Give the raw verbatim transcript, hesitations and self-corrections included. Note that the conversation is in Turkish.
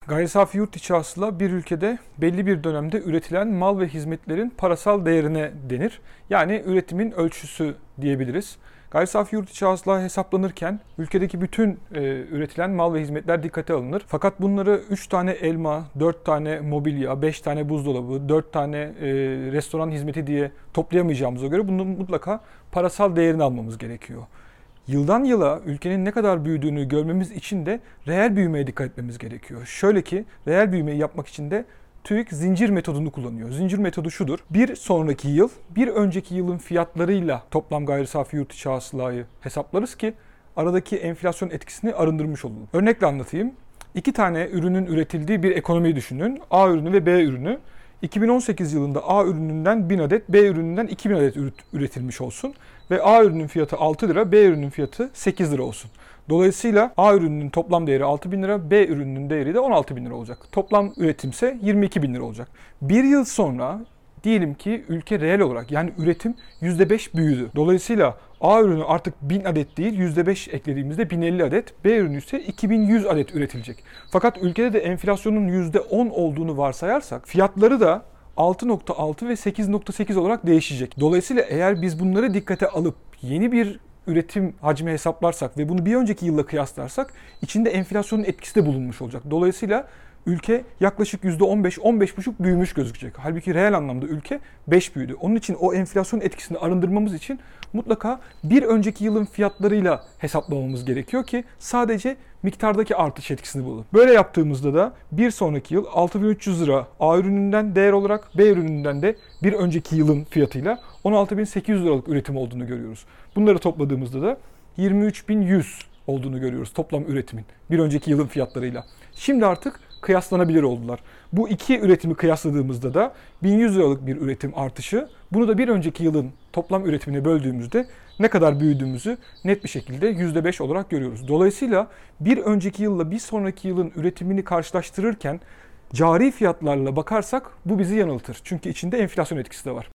Gayri safi yurt içi hasıla bir ülkede belli bir dönemde üretilen mal ve hizmetlerin parasal değerine denir. Yani üretimin ölçüsü diyebiliriz. Gayri safi yurt içi hasıla hesaplanırken ülkedeki bütün e, üretilen mal ve hizmetler dikkate alınır. Fakat bunları üç tane elma, dört tane mobilya, beş tane buzdolabı, dört tane e, restoran hizmeti diye toplayamayacağımıza göre bunun mutlaka parasal değerini almamız gerekiyor. Yıldan yıla ülkenin ne kadar büyüdüğünü görmemiz için de reel büyümeye dikkat etmemiz gerekiyor. Şöyle ki reel büyümeyi yapmak için de TÜİK zincir metodunu kullanıyor. Zincir metodu şudur: bir sonraki yıl, bir önceki yılın fiyatlarıyla toplam gayri safi yurt içi hasılayı hesaplarız ki aradaki enflasyon etkisini arındırmış olalım. Örnekle anlatayım. İki tane ürünün üretildiği bir ekonomiyi düşünün. A ürünü ve B ürünü. iki bin on sekiz yılında A ürününden bin adet, B ürününden iki bin adet üretilmiş olsun ve A ürünün fiyatı altı lira, B ürünün fiyatı sekiz lira olsun. Dolayısıyla A ürününün toplam değeri altı bin lira, B ürününün değeri de on altı bin lira olacak. Toplam üretimse yirmi iki bin lira olacak. Bir yıl sonra diyelim ki ülke reel olarak, yani üretim yüzde beş büyüdü. Dolayısıyla A ürünü artık bin adet değil, yüzde beş eklediğimizde bin elli adet, B ürünü ise iki bin yüz adet üretilecek. Fakat ülkede de enflasyonun yüzde on olduğunu varsayarsak fiyatları da altı nokta altı ve sekiz nokta sekiz olarak değişecek. Dolayısıyla eğer biz bunları dikkate alıp yeni bir üretim hacmi hesaplarsak ve bunu bir önceki yılla kıyaslarsak içinde enflasyonun etkisi de bulunmuş olacak. Dolayısıyla ülke yaklaşık yüzde on beş on beş buçuk büyümüş gözükecek. Halbuki reel anlamda ülke beş büyüdü. Onun için o enflasyon etkisini arındırmamız için mutlaka bir önceki yılın fiyatlarıyla hesaplamamız gerekiyor ki sadece miktardaki artış etkisini bulalım. Böyle yaptığımızda da bir sonraki yıl altı bin üç yüz lira A ürününden değer olarak, B ürününden de bir önceki yılın fiyatıyla on altı bin sekiz yüz liralık üretim olduğunu görüyoruz. Bunları topladığımızda da yirmi üç bin yüz olduğunu görüyoruz toplam üretimin bir önceki yılın fiyatlarıyla. Şimdi artık kıyaslanabilir oldular. Bu iki üretimi kıyasladığımızda da bin yüz liralık bir üretim artışı, bunu da bir önceki yılın toplam üretimine böldüğümüzde ne kadar büyüdüğümüzü net bir şekilde yüzde beş olarak görüyoruz. Dolayısıyla bir önceki yılla bir sonraki yılın üretimini karşılaştırırken cari fiyatlarla bakarsak bu bizi yanıltır. Çünkü içinde enflasyon etkisi de var.